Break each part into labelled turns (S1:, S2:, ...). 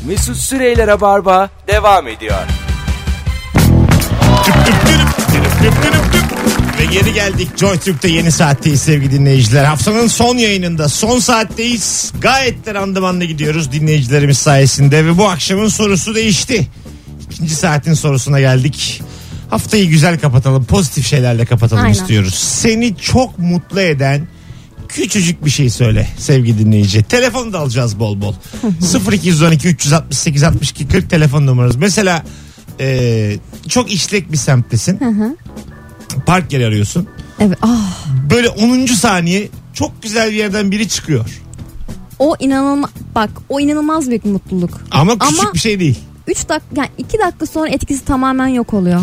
S1: Mesut Süreyler'e barba devam ediyor.
S2: Ve geri geldik. Joy Türk'te yeni saatteyiz sevgili dinleyiciler. Haftanın son yayınında, son saatteyiz. Gayet de randımanla gidiyoruz dinleyicilerimiz sayesinde. Ve bu akşamın sorusu değişti. İkinci saatin sorusuna geldik. Haftayı güzel kapatalım, pozitif şeylerle kapatalım. Aynen. İstiyoruz. Seni çok mutlu eden küçücük bir şey söyle sevgili dinleyici. Telefonu da alacağız bol bol. 0212 368 62 40 telefon numaramız. Mesela çok işlek bir semttesin. Park yeri arıyorsun.
S3: Evet.
S2: Böyle 10. saniye çok güzel bir yerden biri çıkıyor.
S3: O inanılmaz büyük mutluluk.
S2: Ama küçük bir şey değil.
S3: 3 dakika yani 2 dakika sonra etkisi tamamen yok oluyor.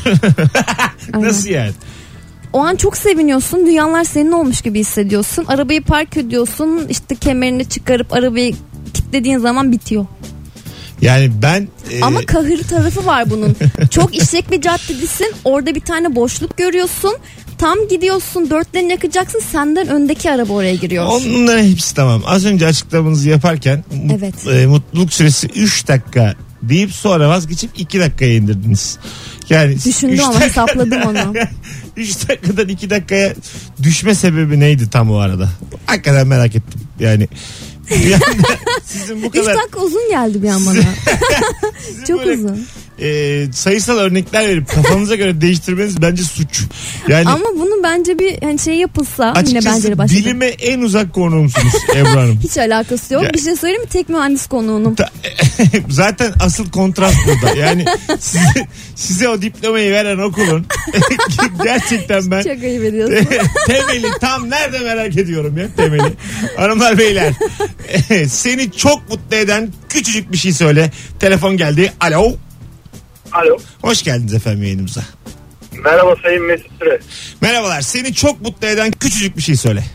S2: Nasıl yani?
S3: O an çok seviniyorsun. Dünyalar senin olmuş gibi hissediyorsun. Arabayı park ediyorsun. İşte kemerini çıkarıp arabayı kilitlediğin zaman bitiyor.
S2: Yani ben...
S3: Ama kahır tarafı var bunun. Çok işlek bir caddedesin. Orada bir tane boşluk görüyorsun. Tam gidiyorsun, dörtlerini yakacaksın. Senden öndeki araba oraya giriyor.
S2: Onların hepsi tamam. Az önce açıklamanızı yaparken mutluluk süresi 3 dakika deyip sonra vazgeçip 2 dakikaya indirdiniz. Yani
S3: düşündüm ama hesapladım onu.
S2: 3 dakikadan 2 dakikaya düşme sebebi neydi tam o arada? Hakikaten merak ettim. Yani sizin bu kadar...
S3: 3 dakika uzun geldi bir an bana. Çok uzun.
S2: Sayısal örnekler verip kafanıza göre değiştirmeniz bence suç. Yani
S3: ama bunun bence bir şey yapılsa yine bence
S2: başka. Bilime en uzak konuğumsunuz Ebru Hanım.
S3: Hiç alakası yok. Bir şey söyleyeyim mi? Tek mühendis konuğunum.
S2: Zaten asıl kontrast burada. Yani size o diplomayı veren okulun gerçekten ben
S3: çok ayıp ediyorsun.
S2: Temeli tam nerede merak ediyorum ya temeli. Hanımlar beyler seni çok mutlu eden küçücük bir şey söyle. Telefon geldi. Alo.
S4: Alo.
S2: Hoş geldiniz efendim yayınımıza.
S4: Merhaba Sayın Mesut Süre.
S2: Merhabalar. Seni çok mutlu eden küçücük bir şey söyle.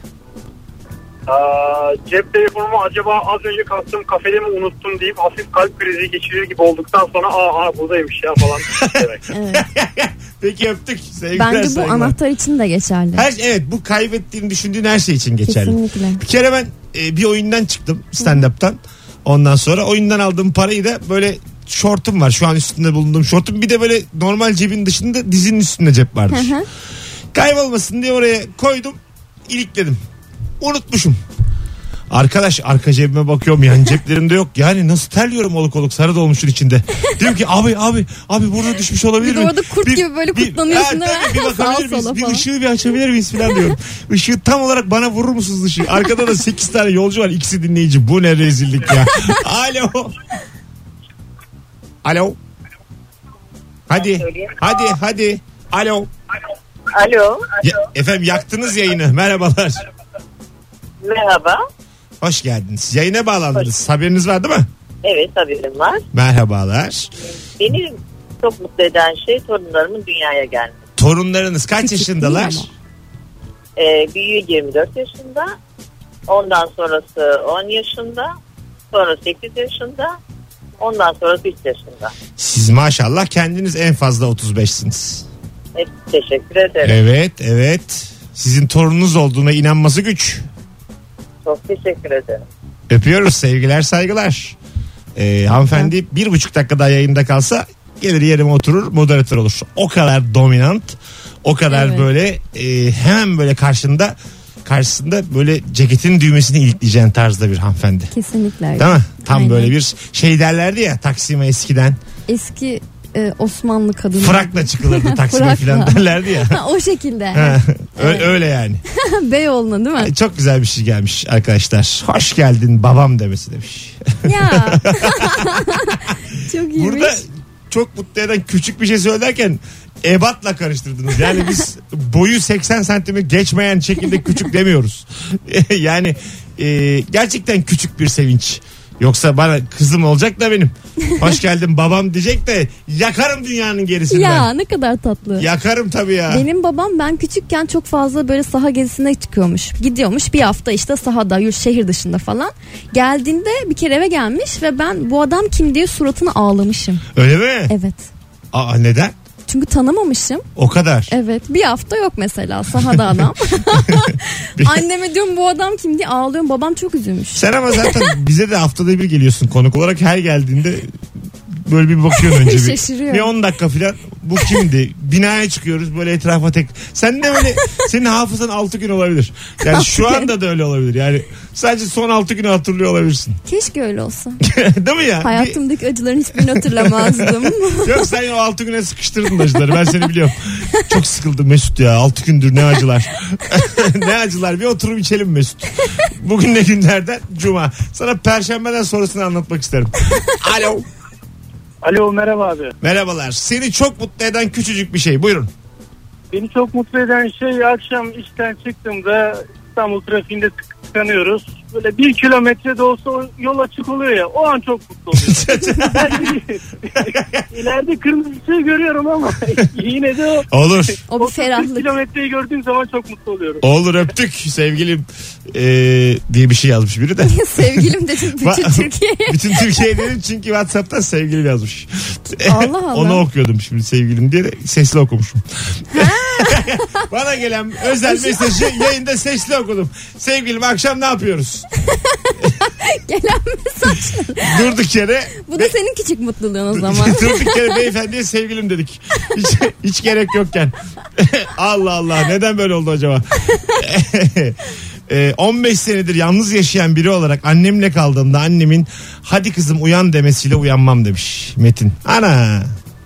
S4: Cep telefonumu acaba az önce kalktım kafede mi unuttum deyip hafif kalp krizi geçirir gibi olduktan sonra buradaymış ya falan.
S3: Evet.
S2: Peki öptük. Sevgiler,
S3: bence bu
S2: saygılar.
S3: Anahtar için de geçerli.
S2: Evet bu kaybettiğini düşündüğün her şey için geçerli.
S3: Kesinlikle.
S2: Bir kere ben bir oyundan çıktım stand-up'tan. Ondan sonra oyundan aldığım parayı da böyle şortum var. Şu an üstünde bulunduğum şortum. Bir de böyle normal cebin dışında dizinin üstünde cep vardır. Kaybolmasın diye oraya koydum. İlikledim. Unutmuşum. Arkadaş arka cebime bakıyorum yan ceplerimde yok. Yani nasıl terliyorum oluk oluk sarı dolmuşun içinde. Diyorum ki abi burada düşmüş olabilir mi?
S3: Bir de orada kurt gibi böyle kurtlanıyorsun değil mi?
S2: Bir bakabilir miyiz? Bir ışığı bir açabilir miyiz falan diyorum. Işığı tam olarak bana vurur musunuz ışığı? Arkada da 8 tane yolcu var, ikisi dinleyici. Bu ne rezillik ya. Alo. Hadi. Alo.
S5: Alo.
S2: Efendim yaktınız yayını. Merhabalar.
S5: Merhaba.
S2: Hoş geldiniz. Yayına bağlandınız. Haberiniz var değil mi?
S5: Evet haberim var.
S2: Merhabalar.
S5: Beni çok mutlu eden şey torunlarımın dünyaya gelmesi.
S2: Torunlarınız kaç yaşındalar?
S5: Büyüğü 24 yaşında. Ondan sonrası 10 yaşında. Sonra 8 yaşında. Ondan sonra 3 yaşında.
S2: Siz maşallah kendiniz en fazla 35'siniz.
S5: Teşekkür ederim.
S2: Evet. Sizin torununuz olduğuna inanması güç.
S5: Çok teşekkür ederim.
S2: Öpüyoruz, sevgiler saygılar. Hanımefendi 1,5 dakika daha yayında kalsa gelir yerime oturur, moderatör olur. O kadar dominant, o kadar böyle hemen böyle karşısında böyle ceketin düğmesini ilikleyeceğin tarzda bir hanımefendi.
S3: Kesinlikle öyle.
S2: Değil mi? Tam böyle bir şey derlerdi ya Taksim'e eskiden.
S3: Eski Osmanlı kadını.
S2: Frakla çıkılırdı Taksim'e falan derlerdi ya.
S3: O şekilde.
S2: Öyle yani.
S3: Beyoğlu'na değil mi?
S2: Çok güzel bir şey gelmiş arkadaşlar. Hoş geldin babam demesi demiş.
S3: Ya. Çok iyiymiş.
S2: Burada çok mutlu eden küçük bir şey söylerken ebatla karıştırdınız. Yani biz boyu 80 santimi geçmeyen şekilde küçük demiyoruz. Yani gerçekten küçük bir sevinç. Yoksa bana kızım olacak da benim. Hoş geldin babam diyecek de yakarım dünyanın gerisinden.
S3: Ya ne kadar tatlı.
S2: Yakarım tabii ya.
S3: Benim babam ben küçükken çok fazla böyle saha gezisine çıkıyormuş. Gidiyormuş bir hafta işte sahada şehir dışında falan. Geldiğinde bir kere eve gelmiş ve ben bu adam kim diye suratına ağlamışım.
S2: Öyle mi?
S3: Evet.
S2: Neden?
S3: Çünkü tanımamışım.
S2: O kadar.
S3: Evet, bir hafta yok mesela sahada adam. Anneme diyorum bu adam kim diye ağlıyorum, babam çok üzülmüş.
S2: Sen ama zaten bize de haftada bir geliyorsun konuk olarak, her geldiğinde böyle bir bakıyorsun önce
S3: Şaşırıyor.
S2: bir 10 dakika falan bu kimdi? Binaya çıkıyoruz böyle etrafa tek. Sen de böyle senin hafızan 6 gün olabilir. Yani şu anda da öyle olabilir. Yani sadece son 6 günü hatırlıyor olabilirsin.
S3: Keşke öyle olsa.
S2: Değil mi ya?
S3: Hayatımdaki acıların hiçbirini hatırlamazdım.
S2: Yok, sen o 6 güne sıkıştırdın acıları, ben seni biliyorum. Çok sıkıldım Mesut ya, 6 gündür ne acılar. Ne acılar, bir oturup içelim Mesut. Bugün ne günlerden? Cuma. Sana perşembeden sonrasını anlatmak isterim. Alo.
S4: Alo, merhaba abi.
S2: Merhabalar. Seni çok mutlu eden küçücük bir şey. Buyurun.
S4: Beni çok mutlu eden şey, akşam işten çıktığımda İstanbul trafiğinde tıkanıyoruz. Böyle 1 kilometre de olsa yol açık oluyor ya, o an çok mutlu oluyorum. Belki ileride kırmızı ışığı görüyorum ama yine de
S2: Olur.
S3: O bir ferahlık.
S4: kilometreyi gördüğüm zaman çok mutlu oluyorum.
S2: Olur, öptük sevgilim diye bir şey yazmış biri de.
S3: Sevgilim dedim bütün Türkiye'ye.
S2: Bütün Türkiye dedim çünkü WhatsApp'tan sevgilim yazmış.
S3: Allah Allah.
S2: Onu okuyordum şimdi, sevgilim diye de sesli okumuşum. Bana gelen özel mesajı yayında sesli okudum. Sevgilim akşam ne yapıyoruz?
S3: Gelen mesaj.
S2: Durduk yere.
S3: Bu da senin küçük mutluluğun o zaman.
S2: Durduk yere beyefendiye sevgilim dedik. Hiç gerek yokken. Allah Allah, neden böyle oldu acaba? 15 senedir yalnız yaşayan biri olarak annemle kaldığımda annemin hadi kızım uyan demesiyle uyanmam demiş Metin. Ana.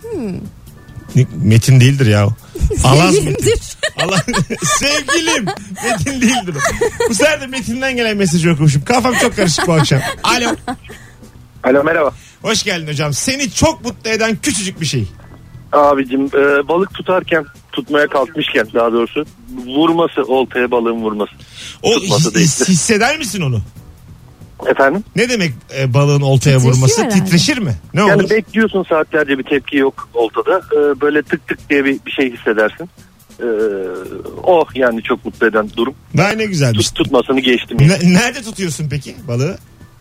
S2: Metin değildir ya. Alaz Metin. Sevgilim Metin değildir. Bu sefer de Metin'den gelen mesajı okumuşum. Kafam çok karışık bu akşam. Alo.
S4: Alo, merhaba.
S2: Hoş geldin hocam. Seni çok mutlu eden küçücük bir şey.
S6: Abicim balık tutmaya kalkmışken daha doğrusu vurması, oltaya balığın vurması.
S2: O
S6: Tutması değil.
S2: hisseder misin onu?
S6: Efendim?
S2: Ne demek balığın oltaya
S3: Titreşiyor
S2: vurması?
S3: herhalde.
S2: Titreşir mi? Ne
S6: Yani
S2: olur?
S6: bekliyorsun saatlerce, bir tepki yok oltada. Böyle tık tık diye bir şey hissedersin. O yani çok mutlu eden durum.
S2: Vay ne güzelmiş.
S6: Tutmasını geçtim. Yani.
S2: Nerede tutuyorsun peki balığı?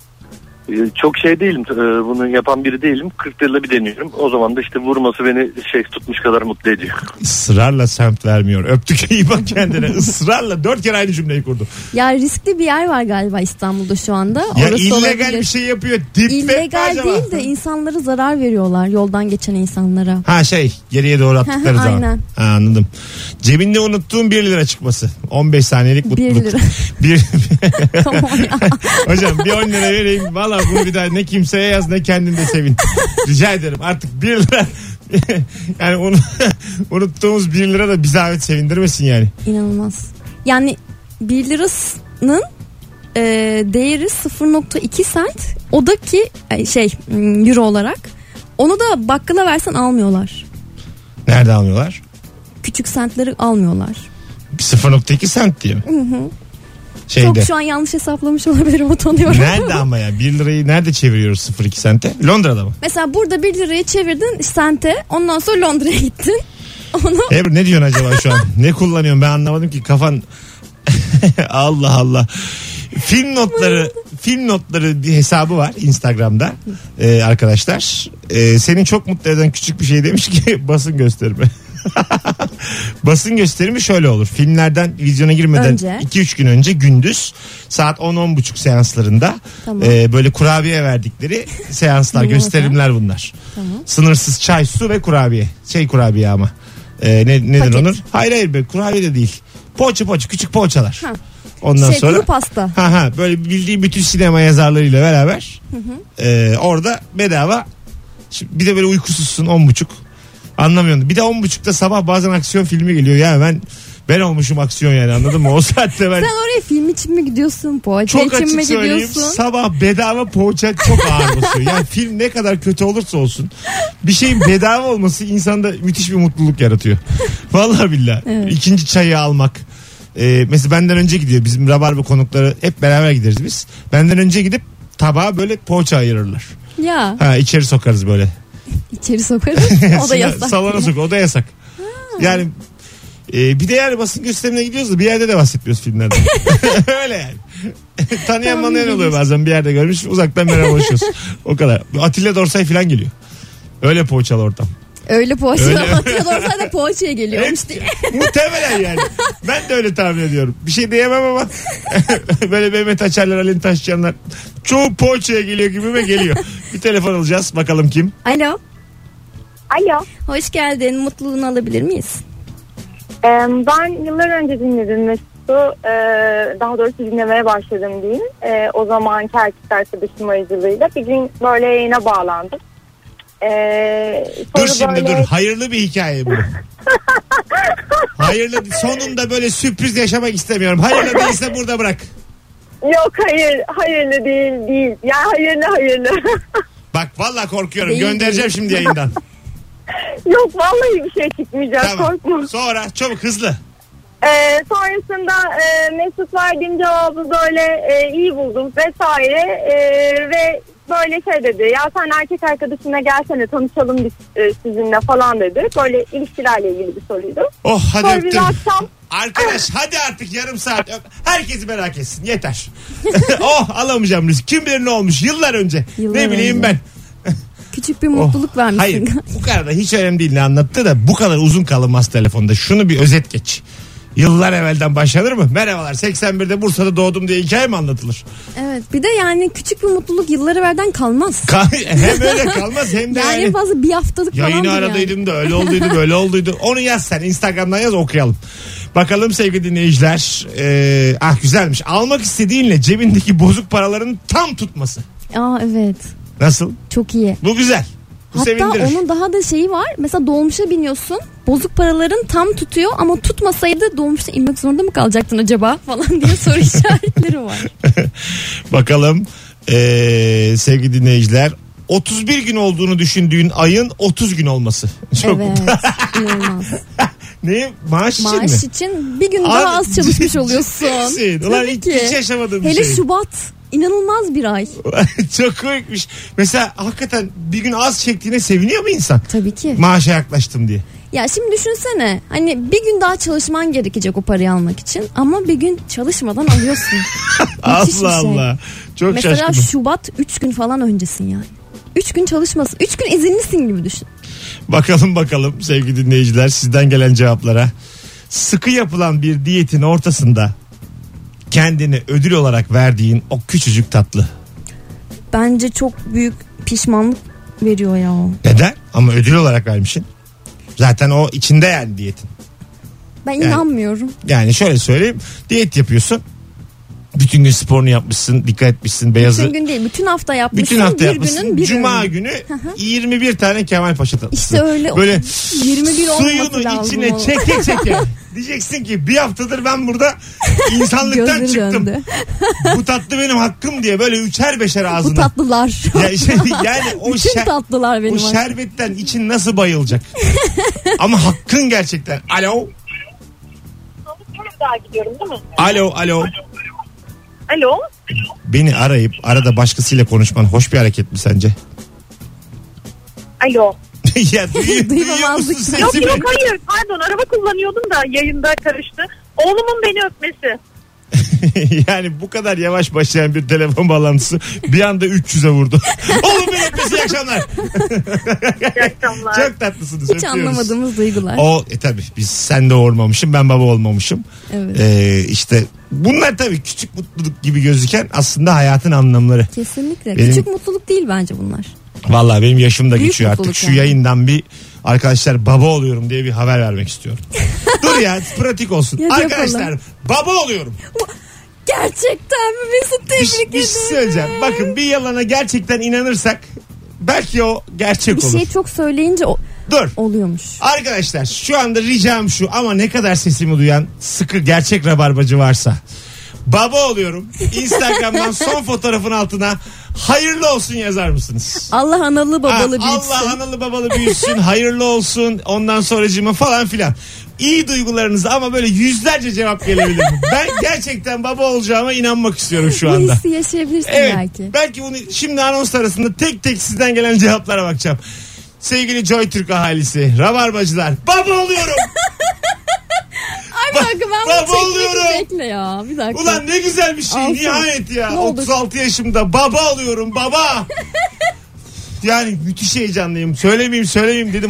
S6: Çok şey değilim, bunu yapan biri değilim. 40 yılda bir deniyorum. O zaman da işte vurması beni tutmuş kadar mutlu ediyor.
S2: Israrla semt vermiyor. Öptük, iyi bak kendine. Israrla 4 kere aynı cümleyi kurdu.
S3: Ya riskli bir yer var galiba İstanbul'da şu anda.
S2: Ya
S3: Orası
S2: illegal
S3: olabilir.
S2: bir şey yapıyor. Dip
S3: İllegal değil de insanlara zarar veriyorlar, yoldan geçen insanlara.
S2: Ha geriye doğru attıkları zaman.
S3: Aynen.
S2: Ha, anladım. Cebinde unuttuğun 1 lira çıkması. 15 saniyelik mutluluk.
S3: 1 lira. Tamam ya.
S2: Hocam bir 10 lira vereyim. Valla bunu bir daha ne kimseye yaz ne kendin de sevin. Rica ederim artık 1 lira. Yani unuttuğumuz 1 lira da bir zahmet sevindirmesin yani.
S3: İnanılmaz. Yani 1 lirasının değeri 0.2 sent. O da ki euro olarak. Onu da bakkala versen almıyorlar.
S2: Nerede almıyorlar?
S3: Küçük sentleri almıyorlar.
S2: 0.2 sent diye mi?
S3: Çok şu an yanlış hesaplamış olabilirim, utanıyorum.
S2: Nerede ama ya? 1 lirayı nerede çeviriyoruz 0.2 sente? Londra'da mı?
S3: Mesela burada 1 lirayı çevirdin sente, ondan sonra Londra'ya gittin. Onu...
S2: Ebru ne diyorsun acaba şu an? Ne kullanıyorsun ben anlamadım ki, kafan... Allah Allah. Film notları bir hesabı var Instagram'da arkadaşlar. Senin çok mutlu eden küçük bir şey demiş ki basın gösterimi. Basın gösterimi şöyle olur. Filmlerden vizyona girmeden 2-3 gün önce gündüz saat 10-10.30 seanslarında
S3: tamam.
S2: Böyle kurabiye verdikleri seanslar, gösterimler bunlar.
S3: Tamam.
S2: Sınırsız çay, su ve kurabiye. Kurabiye ama. Nedir
S3: Paket.
S2: onun? Hayır be, kurabiye de değil. Poğaça küçük poğaçalar. Ha. Ondan sonra
S3: kuru pasta.
S2: Böyle bildiğim bütün sinema yazarlarıyla beraber orada bedava. Şimdi bir de böyle uykusuzsun 10.30. Anlamıyorum. Bir de 10.30'da sabah bazen aksiyon filmi geliyor. Ya ben olmuşum aksiyon yani, anladın mı? O saatte ben...
S3: Sen oraya film için mi gidiyorsun? Poğaça
S2: çok
S3: için mi
S2: açık söyleyeyim,
S3: gidiyorsun?
S2: sabah bedava poğaça çok ağır basıyor. Yani film ne kadar kötü olursa olsun bir şeyin bedava olması insanda müthiş bir mutluluk yaratıyor. Vallahi billahi.
S3: Evet.
S2: İkinci çayı almak. Mesela benden önce gidiyor. Bizim Rabarba konukları hep beraber gideriz biz. Benden önce gidip tabağa böyle poğaça ayırırlar.
S3: Ya.
S2: İçeri sokarız böyle.
S3: İçeri sokarız. O da yasak.
S2: Salona sok. O da yasak. Yani bir de yani basın gösterimine gidiyoruz da bir yerde de bahsetmiyoruz filmlerden. Öyle yani. Tanıyan manlayan oluyor bazen, bir yerde görmüş, uzaktan merhabalaşıyoruz. O kadar. Atilla Dorsay falan geliyor. Öyle poğaçalı ortam.
S3: Öyle poğaça atıyor. Orada da poğaçaya geliyormuş diye.
S2: Muhtemelen yani. Ben de öyle tahmin ediyorum. Bir şey diyemem ama böyle Mehmet Açarlar, Ali Taşcanlar çoğu poğaçaya geliyor gibi mi geliyor. Bir telefon alacağız. Bakalım kim?
S3: Alo.
S7: Alo.
S3: Hoş geldin. Mutluluğunu alabilir miyiz?
S7: Ben yıllar önce dinledim Mesut'u. Daha doğrusu dinlemeye başladım diyeyim. O zamanki erkek arkadaşım aracılığıyla bir gün böyle yayına bağlandım.
S2: Dur şimdi dur. Hayırlı bir hikaye bu. Hayırlı, sonunda böyle sürpriz yaşamak istemiyorum. Hayırlı değilse burada bırak.
S7: Yok hayırlı değil. Ya hayırlı.
S2: Bak vallahi korkuyorum.
S3: Değil,
S2: göndereceğim
S3: değil.
S2: şimdi yayından.
S7: Yok vallahi bir şey çıkmayacak,
S2: Tamam.
S7: korkma.
S2: Sonra çabuk hızlı.
S7: Sonrasında Mesut verdiğim cevabı böyle iyi buldum vesaire ve böyle şey dedi, ya sen erkek arkadaşına gelsene tanışalım biz sizinle falan dedi. Böyle ilişkilerle ilgili bir soruydu.
S2: Oh hadi
S7: Sonra
S2: öptüm.
S7: bir akşam
S2: Arkadaş hadi artık yarım saat öp. Herkesi merak etsin yeter. Oh alamayacağım risk. Kim bilir ne olmuş yıllar önce.
S3: Yıllar
S2: ne bileyim
S3: önce.
S2: ben.
S3: Küçük bir mutluluk vermişsin.
S2: Hayır bu kadar da hiç önemli değil ne anlattı da bu kadar uzun kalınmaz telefonda. Şunu bir özet geç. Yıllar evvelden başlanır mı? Merhabalar 81'de Bursa'da doğdum diye hikaye mi anlatılır?
S3: Evet bir de yani küçük bir mutluluk yıllar evvelden kalmaz.
S2: Hem öyle kalmaz hem de
S3: Yani en fazla bir haftalık falan.
S2: yayını aradıydım da öyle olduydu böyle olduydu. Onu yaz sen Instagram'dan yaz okuyalım. Bakalım sevgili dinleyiciler. Güzelmiş. Almak istediğinle cebindeki bozuk paraların tam tutması.
S3: Aa evet.
S2: Nasıl?
S3: Çok iyi.
S2: Bu güzel. Bu
S3: Hatta
S2: sevindirir.
S3: onun daha da şeyi var. Mesela dolmuşa biniyorsun. Bozuk paraların tam tutuyor ama tutmasaydı dolmuşta inmek zorunda mı kalacaktın acaba falan diye soru işaretleri var.
S2: Bakalım sevgili dinleyiciler. 31 gün olduğunu düşündüğün ayın 30 gün olması. Çok
S3: Evet. İnanılmaz.
S2: Ne? Maaş için mi?
S3: Maaş için bir gün daha az çalışmış oluyorsun.
S2: Ulan
S3: Tabii
S2: hiç
S3: ki.
S2: yaşamadığım bir
S3: Hele
S2: şey.
S3: Şubat. İnanılmaz bir ay.
S2: Çok komikmiş. Mesela hakikaten bir gün az çektiğine seviniyor mu insan?
S3: Tabii ki.
S2: Maaşa yaklaştım diye.
S3: Ya şimdi düşünsene. Hani bir gün daha çalışman gerekecek o parayı almak için. Ama bir gün çalışmadan alıyorsun. Müthiş bir
S2: Allah
S3: şey.
S2: Allah. Çok
S3: Mesela
S2: şaşkınım.
S3: Şubat 3 gün falan öncesin yani. 3 gün çalışmasın. 3 gün izinlisin gibi düşün.
S2: Bakalım sevgili dinleyiciler sizden gelen cevaplara. Sıkı yapılan bir diyetin ortasında kendini ödül olarak verdiğin o küçücük tatlı.
S3: Bence çok büyük pişmanlık veriyor ya o.
S2: Neden? Ama ödül olarak vermişsin. Zaten o içinde yani diyetin.
S3: Ben inanmıyorum.
S2: Yani şöyle söyleyeyim. Diyet yapıyorsun. Bütün gün sporunu yapmışsın, dikkat etmişsin, beyazı.
S3: Bütün gün değil, bütün hafta yapmışsın.
S2: Bütün hafta
S3: bir
S2: yapmışsın.
S3: günün bir
S2: Cuma
S3: öğünü.
S2: günü 21 tane Kemal Paşa tatlısı.
S3: İşte öyle.
S2: Böyle
S3: 21 olması
S2: suyunu
S3: lazım
S2: içine
S3: o.
S2: çeke. Diyeceksin ki bir haftadır ben burada insanlıktan
S3: Gözleri
S2: çıktım.
S3: döndü.
S2: Bu tatlı benim hakkım diye böyle üçer beşer ağzına.
S3: Bu tatlılar.
S2: Yani o,
S3: Bütün tatlılar benim.
S2: o şerbetten için nasıl bayılacak? Ama hakkın gerçekten. Alo.
S5: Daha gidiyorum değil mi?
S2: Alo.
S5: Alo.
S2: Beni arayıp arada başkasıyla konuşman hoş bir hareket mi sence?
S5: Alo.
S2: Ya duyuyor musun sesimi?
S5: Yok hayır pardon araba kullanıyordum da yayında karıştı. Oğlumun beni öpmesi.
S2: Yani bu kadar yavaş başlayan bir telefon bağlantısı bir anda 300'e vurdu. Oğlum beni öpmesi iyi akşamlar.
S5: İyi akşamlar.
S2: Çok tatlısınız.
S3: Hiç
S2: öpüyoruz.
S3: anlamadığımız duygular.
S2: O tabii biz sen de olmamışım ben baba olmamışım.
S3: Evet.
S2: İşte bunlar tabii küçük mutluluk gibi gözüken aslında hayatın anlamları.
S3: Kesinlikle.
S2: Benim-
S3: Küçük mutluluk değil bence bunlar.
S2: Vallahi benim yaşım da
S3: Büyük
S2: geçiyor artık.
S3: mutluluk
S2: Şu
S3: yani.
S2: yayından bir arkadaşlar baba oluyorum diye bir haber vermek istiyorum. Dur ya pratik olsun.
S3: Hadi
S2: Arkadaşlar
S3: yapalım.
S2: baba oluyorum.
S3: Gerçekten mi Mesut, tebrik
S2: Bir
S3: ederim.
S2: şey söyleyeceğim. Bakın bir yalana gerçekten inanırsak belki o gerçek
S3: Bir
S2: olur.
S3: şeyi çok söyleyince
S2: Dur.
S3: oluyormuş.
S2: Arkadaşlar şu anda ricam şu ama ne kadar sesimi duyan sıkı gerçek rabarbacı varsa baba oluyorum. Instagram'dan son fotoğrafın altına hayırlı olsun yazar mısınız?
S3: Allah analı babalı büyütsün.
S2: Allah analı babalı büyüsün, hayırlı olsun, ondan sonracığıma falan filan. İyi duygularınızı ama böyle yüzlerce cevap gelebilir mi? Ben gerçekten baba olacağıma inanmak istiyorum şu
S3: Bu
S2: anda.
S3: hissi yaşayabilirsin
S2: Evet,
S3: belki.
S2: belki bunu şimdi anons arasında tek tek sizden gelen cevaplara bakacağım. Sevgili Joy Türk ahalisi, rabarbacılar, baba oluyorum.
S3: Ay bir dakika ben
S2: baba
S3: bunu
S2: oluyorum.
S3: bekle ya. Bir dakika.
S2: Ulan ne güzel bir şey
S3: Alsana.
S2: nihayet ya.
S3: Ne olur.
S2: 36 yaşımda baba oluyorum baba. Yani müthiş heyecanlıyım. Söylemeyeyim dedim artık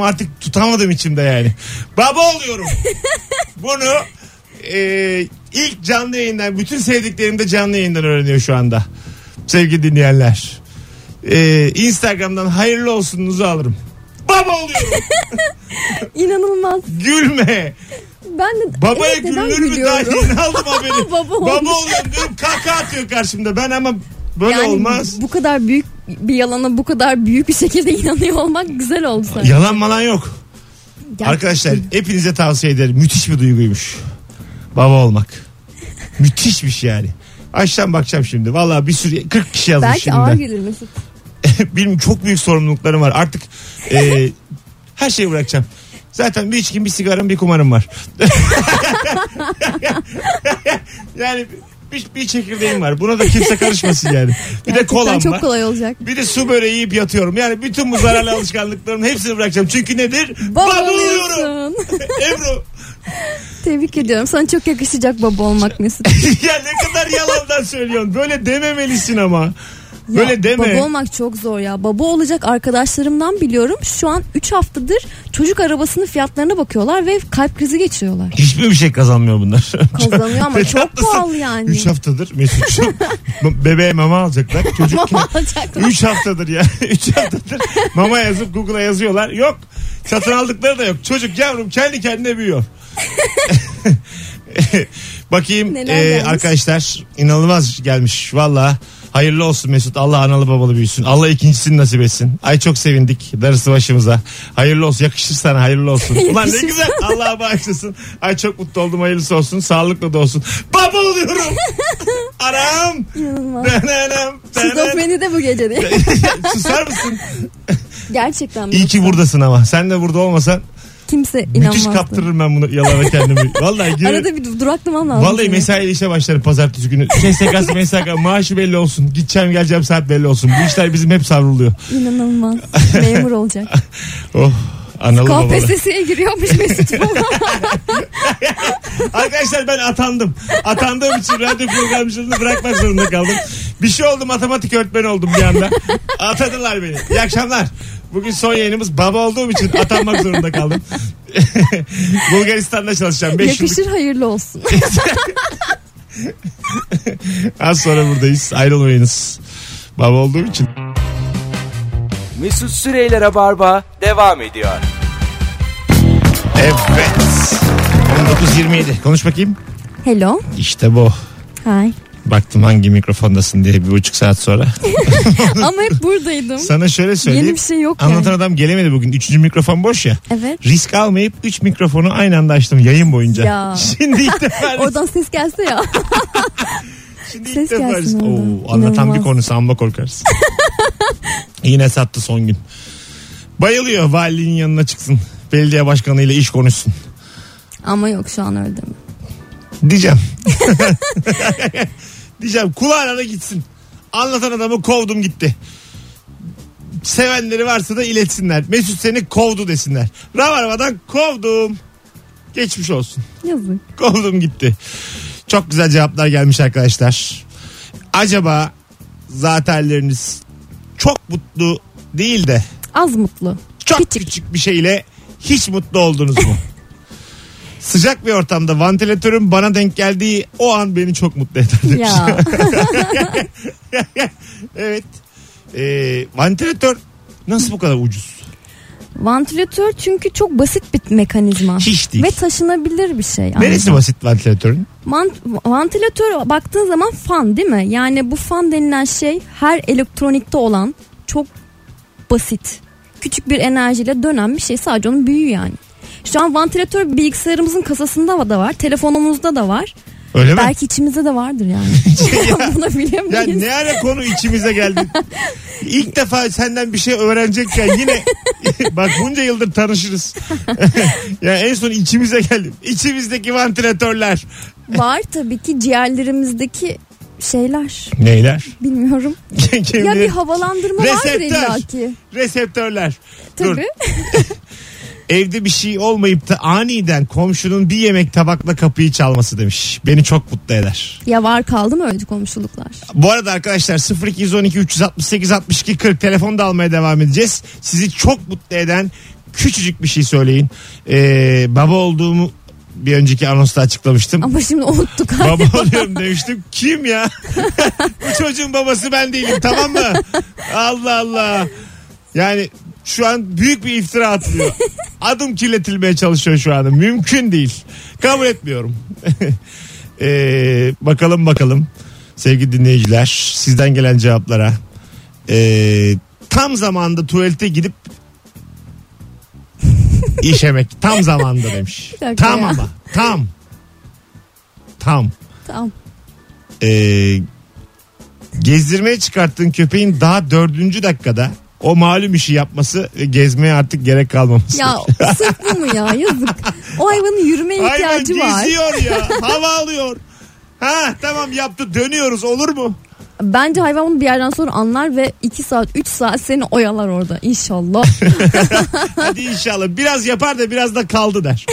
S2: tutamadım içimde yani. Baba oluyorum. Bunu ilk canlı yayından, bütün sevdiklerim de canlı yayından öğreniyor şu anda. Sevgili dinleyenler. Instagram'dan hayırlı olsununuzu alırım. Baba oluyorum.
S3: İnanılmaz.
S2: Gülme.
S3: Ben de
S2: Babaya
S3: evet, neden
S2: gülünür mü? Daha
S3: gülüyorum?
S2: yeni aldım haberi.
S3: Baba olmuş.
S2: Baba oluyorum diyorum, kaka atıyor karşımda. Ben ama böyle
S3: Yani
S2: olmaz.
S3: bu kadar büyük bir yalana bu kadar büyük bir şekilde inanıyor olmak güzel oldu sana.
S2: Yalan malan yok.
S3: Gerçekten.
S2: Arkadaşlar hepinize tavsiye ederim. Müthiş bir duyguymuş. Baba olmak. Müthişmiş yani. Aşağıdan bakacağım şimdi. Vallahi bir sürü 40 kişi yazmış
S3: Belki
S2: şimdiden.
S3: ağır gelir Mesut.
S2: Benim çok büyük sorumluluklarım var. Artık her şeyi bırakacağım. Zaten bir içkim, bir sigaram, bir kumarım var. Yani bir çekirdeğim var. Buna da kimse karışmasın yani. Bir
S3: Gerçekten
S2: de kolam
S3: çok
S2: var.
S3: kolay olacak.
S2: Bir de su böreği yiyip yatıyorum. Yani bütün bu zararlı alışkanlıklarımın hepsini bırakacağım. Çünkü nedir? Baba oluyorum. Ebru.
S3: Tebrik ediyorum. Sana çok yakışacak baba olmak Mesut.
S2: Ya ne kadar yalandan söylüyorsun. Böyle dememelisin ama. Böyle
S3: Ya,
S2: deme.
S3: baba olmak çok zor ya. Baba olacak arkadaşlarımdan biliyorum. Şu an 3 haftadır çocuk arabasının fiyatlarına bakıyorlar ve kalp krizi geçiriyorlar.
S2: Hiçbir şey kazanmıyor bunlar.
S3: Kazanıyor ama
S2: Ne
S3: çok
S2: tatlısın.
S3: pahalı yani.
S2: 3 haftadır Mesut'cum bebeğe mama alacaklar. Çocuk
S3: Mama alacaklar.
S2: 3 haftadır ya. 3 haftadır mama yazıp Google'a yazıyorlar. Yok. Satın aldıkları da yok. Çocuk yavrum kendi kendine büyüyor. Bakayım arkadaşlar inanılmaz gelmiş. Valla hayırlı olsun Mesut. Allah analı babalı büyüsün. Allah ikincisini nasip etsin. Ay çok sevindik. Darısı başımıza. Hayırlı olsun. Yakışır sana. Hayırlı olsun. Ulan ne güzel. Allah'a bağışlasın. Ay çok mutlu oldum. Hayırlısı olsun. Sağlıklı da olsun. Baba oluyorum. Aram.
S3: İnanılmaz.
S2: Dananam.
S3: Şizofreni de bu gece değil.
S2: Susar mısın?
S3: Gerçekten.
S2: İyi ki
S3: Mesut.
S2: buradasın ama. Sen de burada olmasan
S3: Kimse inanmaz.
S2: müthiş kaptırırım ben bunu yalana kendimi. Vallahi girerim.
S3: Arada bir duraklamam lazım.
S2: Vallahi
S3: senin.
S2: mesai işe başlarım pazartesi günü. SSK'sı MSK maaşı belli olsun. Gideceğim geleceğim saat belli olsun. Bu işler bizim hep savruluyor.
S3: İnanılmaz. Memur olacak.
S2: Oh. Analı babalı.
S3: KPSS'ye giriyormuş Mesut baba.
S2: Arkadaşlar ben atandım. Atandığım için radyo programcılığını bırakmak zorunda kaldım. Bir şey oldu, matematik öğretmeni oldum bir anda. Atadılar beni. İyi akşamlar. Bugün son yayınımız, baba olduğum için atanmak zorunda kaldım. Bulgaristan'da çalışacağım. 5 yıllık.
S3: Yakışır hayırlı olsun.
S2: Az sonra buradayız. Ayrılmayınız. Baba olduğum için.
S1: Mesut Süreyler'e barba devam ediyor.
S2: Evet. 19.27. Konuş bakayım.
S3: Hello.
S2: İşte bu.
S3: Hi.
S2: Baktım hangi mikrofondasın diye 1,5 saat sonra.
S3: Ama hep buradaydım.
S2: Sana şöyle söyleyeyim.
S3: Yeni bir şey yok
S2: Anlatan
S3: yani.
S2: adam gelemedi bugün. 3. mikrofon boş ya.
S3: Evet.
S2: Risk almayıp 3 mikrofonu aynı anda açtım yayın boyunca.
S3: Ya.
S2: Şimdi ilk defa.
S3: Oradan ses gelse ya.
S2: Şimdi ilk
S3: ses
S2: defa.
S3: gelsin oradan.
S2: Anlatan
S3: İnanılmaz.
S2: bir konusu amma korkarsın. Yine sattı son gün. Bayılıyor valiliğin yanına çıksın. Belediye başkanıyla iş konuşsun.
S3: Ama yok şu an öyle mi?
S2: Diyeceğim. Diyeceğim kulağına da gitsin. Anlatan adamı kovdum gitti. Sevenleri varsa da iletsinler. Mesut seni kovdu desinler. Rabarba'dan kovdum. Geçmiş olsun.
S3: Yazık.
S2: Kovdum gitti. Çok güzel cevaplar gelmiş arkadaşlar. Acaba zatenleriniz çok mutlu değil de
S3: Az mutlu.
S2: çok küçük bir şeyle hiç mutlu oldunuz mu? Sıcak bir ortamda vantilatörün bana denk geldiği o an beni çok mutlu eder demiş.
S3: Ya.
S2: Evet. Vantilatör nasıl bu kadar ucuz?
S3: Vantilatör çünkü çok basit bir mekanizma.
S2: Hiç değil.
S3: Ve taşınabilir bir şey.
S2: Neresi basit vantilatörün?
S3: Vantilatör baktığın zaman fan değil mi? Yani bu fan denilen şey her elektronikte olan çok basit. Küçük bir enerjiyle dönen bir şey. Sadece onun büyüğü yani. Şu an vantilatör bilgisayarımızın kasasında da var. Telefonumuzda da var.
S2: Öyle mi?
S3: Belki içimizde de vardır yani. Bunu bilemeyiz.
S2: Ya ne ara konu içimize geldi. İlk defa senden bir şey öğrenecekken yine bak bunca yıldır tanışırız. Ya en son içimize geldim. İçimizdeki vantilatörler.
S3: Var tabii ki ciğerlerimizdeki şeyler.
S2: Neyler?
S3: Bilmiyorum. Ya bir havalandırma vardır illaki.
S2: Reseptörler. Dur.
S3: Tabii.
S2: Evde bir şey olmayıp da aniden komşunun bir yemek tabakla kapıyı çalması demiş. Beni çok mutlu eder.
S3: Ya var kaldı mı öyle komşuluklar?
S2: Bu arada arkadaşlar 0212 368 62 40 telefonu da almaya devam edeceğiz. Sizi çok mutlu eden küçücük bir şey söyleyin. Baba olduğumu bir önceki anonsta açıklamıştım.
S3: Ama şimdi unuttuk.
S2: Baba oluyorum demiştim. Kim ya? Bu çocuğun babası ben değilim, tamam mı? Allah Allah. Yani şu an büyük bir iftira atılıyor. Adım kirletilmeye çalışıyor şu anda. Mümkün değil. Kabul etmiyorum. Bakalım sevgili dinleyiciler, sizden gelen cevaplara. Tam zamanında tuvalete gidip işemek tam zamanında demiş. Tam ya. Ama tam. Gezdirmeye çıkarttığın köpeğin daha 4. dakikada o malum işi yapması ve gezmeye artık gerek kalmaması.
S3: Ya sırf bu mu ya, yazık. O hayvanın yürümeye ihtiyacı var.
S2: Hayvan geziyor ya, hava alıyor. Tamam yaptı, dönüyoruz, olur mu?
S3: Bence hayvan bunu bir yerden sonra anlar ve 2 saat 3 saat seni oyalar orada inşallah.
S2: Hadi inşallah, biraz yapar da biraz da kaldı der.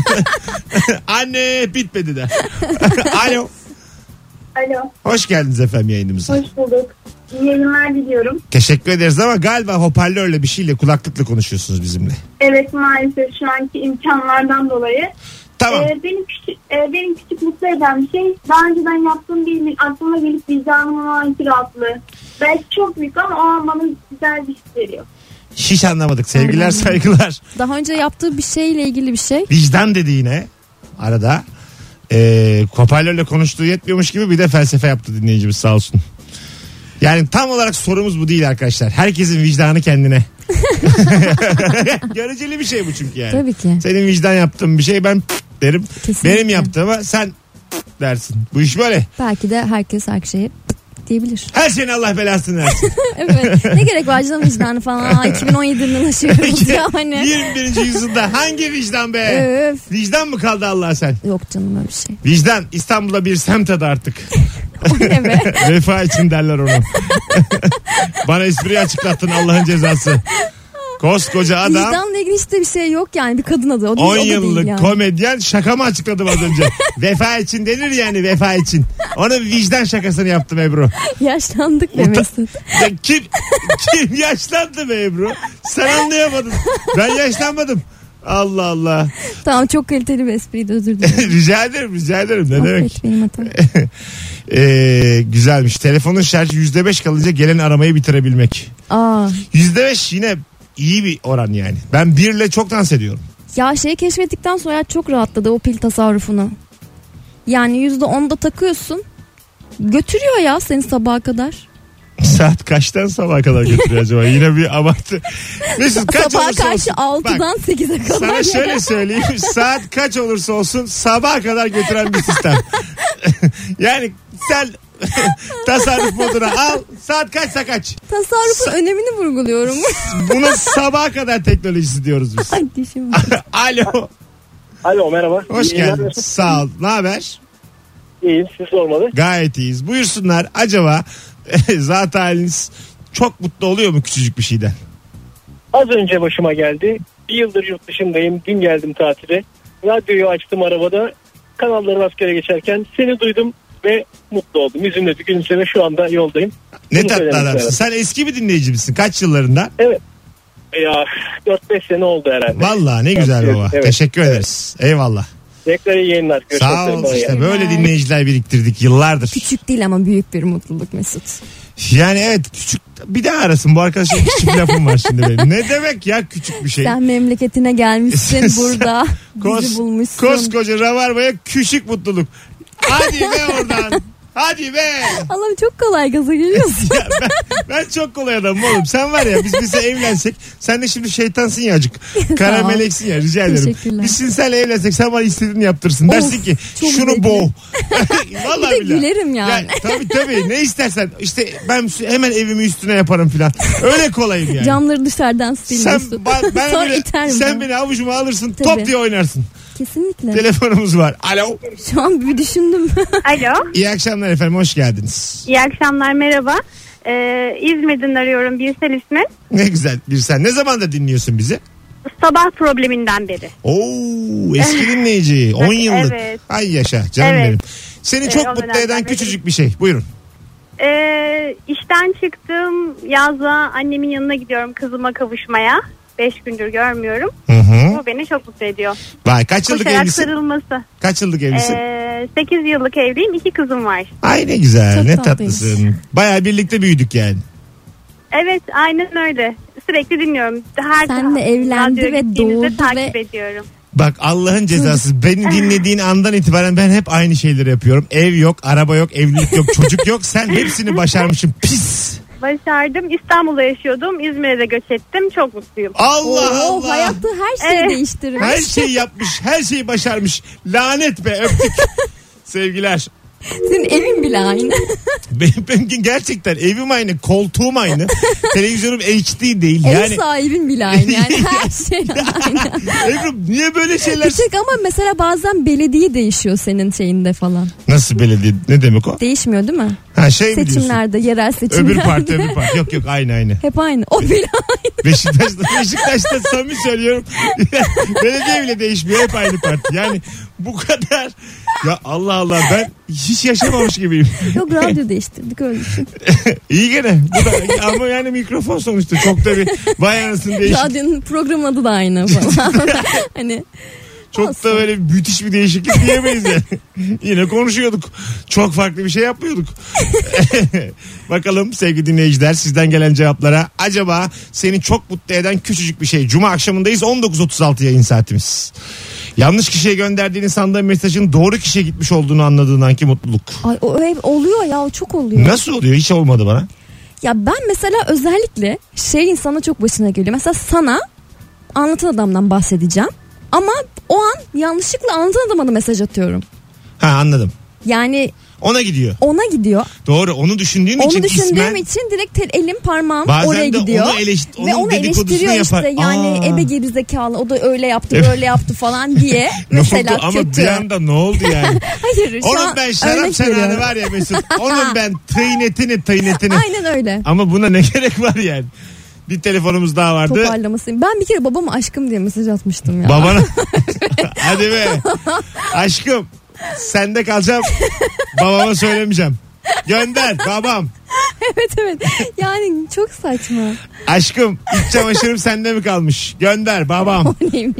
S2: Anne bitmedi der. Alo. Hoş geldiniz efendim yayınımıza.
S7: Hoş bulduk. İyi yayınlar diliyorum.
S2: Teşekkür ederiz ama galiba hoparlörle bir şeyle, kulaklıkla konuşuyorsunuz bizimle.
S7: Evet, maalesef şu anki imkanlardan dolayı.
S2: Tamam.
S7: Benim küçük mutlu eden bir şey, daha önceden yaptığım bir aklıma gelip vicdanımın o anki rahatlığı. Belki çok büyük ama o an bana güzel bir his veriyor.
S2: Hiç anlamadık. Sevgiler, saygılar.
S3: Daha önce yaptığı bir şeyle ilgili bir şey.
S2: Vicdan dedi yine arada. Hoparlörle konuştuğu yetmiyormuş gibi bir de felsefe yaptı dinleyicimiz, sağ olsun. Yani tam olarak sorumuz bu değil arkadaşlar. Herkesin vicdanı kendine. Göreceli bir şey bu çünkü yani.
S3: Tabii ki.
S2: Senin vicdan yaptığın bir şey ben derim.
S3: Kesinlikle.
S2: Benim yaptığıma sen dersin. Bu iş böyle.
S3: Belki de herkes her şeyi diyebilir.
S2: Her şeyin Allah belasını versin.
S3: Evet. Ne gerek var canım vicdanı falan. 2017'den ulaşıyoruz ya hani.
S2: 21. yüzyılda hangi vicdan be?
S3: Öf.
S2: Vicdan mı kaldı Allah sen?
S3: Yok canım öyle bir şey.
S2: Vicdan İstanbul'da bir semt adı artık.
S3: O ne be?
S2: Vefa için derler onu. Bana espriyi açıklattın, Allah'ın cezası. Koskoca adam.
S3: Vicdanla ilgili işte bir şey yok yani, bir kadın adı. O
S2: 10 yıllık
S3: yani.
S2: komedyen, şaka mı açıkladım az önce? Vefa için denir yani, vefa için. Onun vicdan şakasını yaptım Ebru.
S3: Yaşlandık be Mesut.
S2: Ya kim yaşlandı be Ebru? Sen anlayamadın. Ben yaşlanmadım. Allah Allah.
S3: Tamam, çok kaliteli bir espriydi, özür dilerim.
S2: rica ederim. Ne demek?
S3: Affet, benim hatam.
S2: Güzelmiş. Telefonun şarjı %5 kalınca gelen aramayı bitirebilmek. %5 yine iyi bir oran yani. Ben 1 ile çok dans ediyorum.
S3: Ya şeyi keşfettikten sonra çok rahatladı o pil tasarrufunu. Yani %10'da takıyorsun. Götürüyor ya seni sabaha kadar.
S2: Saat kaçtan sabaha kadar götürüyor acaba? Yine bir abartı. Mesut kaç
S3: sabaha
S2: olursa
S3: karşı
S2: olsun.
S3: 6'dan 8'e kadar.
S2: Sana şöyle söyleyeyim. Saat kaç olursa olsun sabaha kadar götüren bir sistem. Yani sen tasarruf moduna al. Saat kaçsa kaç.
S3: Tasarrufun önemini vurguluyorum.
S2: Bunun sabaha kadar teknolojisi diyoruz biz.
S3: Ay dişim.
S6: Alo, merhaba.
S2: Hoş geldin. Sağ ol. Ne haber?
S6: İyiyiz, siz sormalı.
S2: Gayet iyiyiz. Buyursunlar. Acaba zat haliniz çok mutlu oluyor mu küçücük bir şeyden?
S6: Az önce başıma geldi. 1 yıldır yurt dışındayım. Dün geldim tatile. Radyoyu açtım arabada. Kanalları rastgele geçerken seni duydum ve mutlu oldum. Yüzümde bir gülümseme, şu anda yoldayım.
S2: Ne
S6: Bunu
S2: tatlı adamsın. Sen eski bir dinleyici misin? Kaç yıllarında?
S6: Evet. Ya 4-5 sene oldu herhalde.
S2: Vallahi ne güzel baba. Evet. Teşekkür ederiz. Eyvallah.
S6: Tekrar iyi yayınlar.
S2: Sağ ol. İşte böyle dinleyiciler biriktirdik yıllardır.
S3: Küçük değil ama büyük bir mutluluk Mesut.
S2: Yani evet, küçük, bir daha arasın bu arkadaşın, küçük lafım var şimdi benim. Ne demek ya küçük bir şey?
S3: Sen memleketine gelmişsin burada. Bizi bulmuşsun.
S2: Koskoca Rabarba'ya küçük mutluluk. Hadi be oradan. Hadi be.
S3: Allah'ım çok kolay gaza geliyorsun.
S2: Ya ben çok kolay adamım oğlum. Sen var ya, biz evlensek, sen de şimdi şeytansın ya acık. Kara meleksin ya, rica ederim. Biz şimdi seninle evlensek sen bana istediğini yaptırsın. Dersin ki şunu boğ. Vallahi
S3: bir de gülerim yani.
S2: Tabii ne istersen. İşte ben hemen evimi üstüne yaparım filan. Öyle kolayım yani.
S3: Camları dışarıdan silmişsin.
S2: Sen beni avucuma alırsın, top diye oynarsın.
S3: Kesinlikle.
S2: Telefonumuz var. Alo.
S3: Şu an bir düşündüm.
S7: Alo.
S2: İyi akşamlar efendim, hoş geldiniz.
S7: İyi akşamlar, merhaba. İzmir'den arıyorum, Birsel ismi.
S2: Ne güzel Birsel. Ne zamandır dinliyorsun bizi?
S7: Sabah probleminden beri.
S2: Oo, eski dinleyici. 10 yıllık.
S7: Evet.
S2: Ay yaşa canım benim. Seni çok
S7: o
S2: mutlu eden
S7: dönemden
S2: küçücük bir şey. Buyurun.
S7: İşten çıktım, yazla annemin yanına gidiyorum kızıma kavuşmaya.
S5: 5 gündür görmüyorum.
S2: Hı.
S5: Bu beni çok mutlu ediyor.
S2: Vay, kaç yıllık
S5: Koşarak
S2: evlisin?
S5: sarılması.
S2: Kaç yıllık evlisin?
S5: 8 yıllık evliyim. 2 kızım var.
S2: Ay ne güzel,
S3: Çok
S2: ne
S3: tatlıymış.
S2: tatlısın. Bayağı birlikte büyüdük yani.
S5: Evet, aynen öyle. Sürekli dinliyorum.
S3: Sen de evlendi
S5: radyoya
S3: ve
S5: gittiğinizde
S3: doğurdu
S5: takip
S3: ve-
S5: ediyorum.
S2: Bak Allah'ın cezası, beni dinlediğin andan itibaren ben hep aynı şeyleri yapıyorum. Ev yok, araba yok, evlilik yok, çocuk yok. Sen hepsini başarmışsın, pis.
S5: Başardım. İstanbul'da yaşıyordum. İzmir'e de göç ettim. Çok mutluyum.
S2: Allah
S3: Oo,
S2: Allah.
S3: hayatta her şeyi
S5: Evet.
S3: değiştirmiş.
S2: Her şeyi yapmış, her şeyi başarmış. Lanet be, öptük. Sevgiler.
S3: Senin evin bile aynı.
S2: Benim gerçekten evim aynı, koltuğum aynı. Televizyonum HD değil.
S3: Ev
S2: Yani
S3: sahibin bile aynı. Yani her şey aynı.
S2: Ebru niye böyle şeyler?
S3: Bir tek ama mesela bazen belediye değişiyor senin şeyinde falan.
S2: Nasıl belediye? Ne demek o?
S3: Değişmiyor değil mi?
S2: Ha şey mi diyorsun?
S3: Seçimlerde, yerel seçimlerde.
S2: Öbür parti. Yok aynı.
S3: Hep aynı. O bile aynı.
S2: Beşiktaş'ta samimi söylüyorum. Belediye bile değişmiyor. Hep aynı parti. Yani bu kadar. Ya Allah Allah, ben hiç yaşamamış gibiyim.
S3: Yok, radyo değiştirdik öyle düşün.
S2: İyi gene. Bu da, ama yani mikrofon sonuçta çok da bir vay anasını değişik.
S3: Radyonun program adı da aynı falan. Hani
S2: Çok
S3: olsun.
S2: da böyle müthiş bir değişiklik diyemeyiz yani. Yine konuşuyorduk. Çok farklı bir şey yapmıyorduk. Bakalım sevgili dinleyiciler, sizden gelen cevaplara. Acaba seni çok mutlu eden küçücük bir şey. Cuma akşamındayız, 19.36 yayın saatimiz. Yanlış kişiye gönderdiğini sandığın mesajın doğru kişiye gitmiş olduğunu anladığın anki mutluluk.
S3: Ay, o ev oluyor ya, o çok oluyor.
S2: Nasıl oluyor? Hiç olmadı bana.
S3: Ya ben mesela özellikle şey insana çok başına geliyor. Mesela sana anlatan adamdan bahsedeceğim. Ama o an yanlışlıkla anlatan adama da mesaj atıyorum.
S2: Ha, anladım.
S3: Yani
S2: Ona gidiyor.
S3: ona gidiyor.
S2: Doğru, onu düşündüğün için
S3: Onu düşündüğüm
S2: ismen,
S3: için direkt elim parmağım
S2: bazen
S3: oraya
S2: de
S3: gidiyor.
S2: onu
S3: Ve
S2: onun
S3: onu
S2: dedikodusunu
S3: eleştiriyor
S2: yapar.
S3: işte, yani
S2: Aa.
S3: ebe gerizekalı, o da öyle yaptı böyle yaptı falan diye.
S2: Ne
S3: Mesela
S2: oldu? Ama
S3: kötü.
S2: bir anda ne oldu yani?
S3: Hayır, şu
S2: Onun
S3: an
S2: ben şarap
S3: örnek
S2: şenanı
S3: veriyorum.
S2: var ya Mesut. Onun ben tıynetini.
S3: Aynen öyle.
S2: Ama buna ne gerek var yani? Bir telefonumuz daha vardı.
S3: Toparlamasıyım. Ben bir kere babama aşkım diye mesaj atmıştım ya.
S2: Babana. Hadi be. Aşkım. Sende kalacağım. Babama söylemeyeceğim. Gönder babam.
S3: Evet. Yani çok saçma.
S2: Aşkım iç çamaşırım sende mi kalmış? Gönder babam.
S3: O neymiş?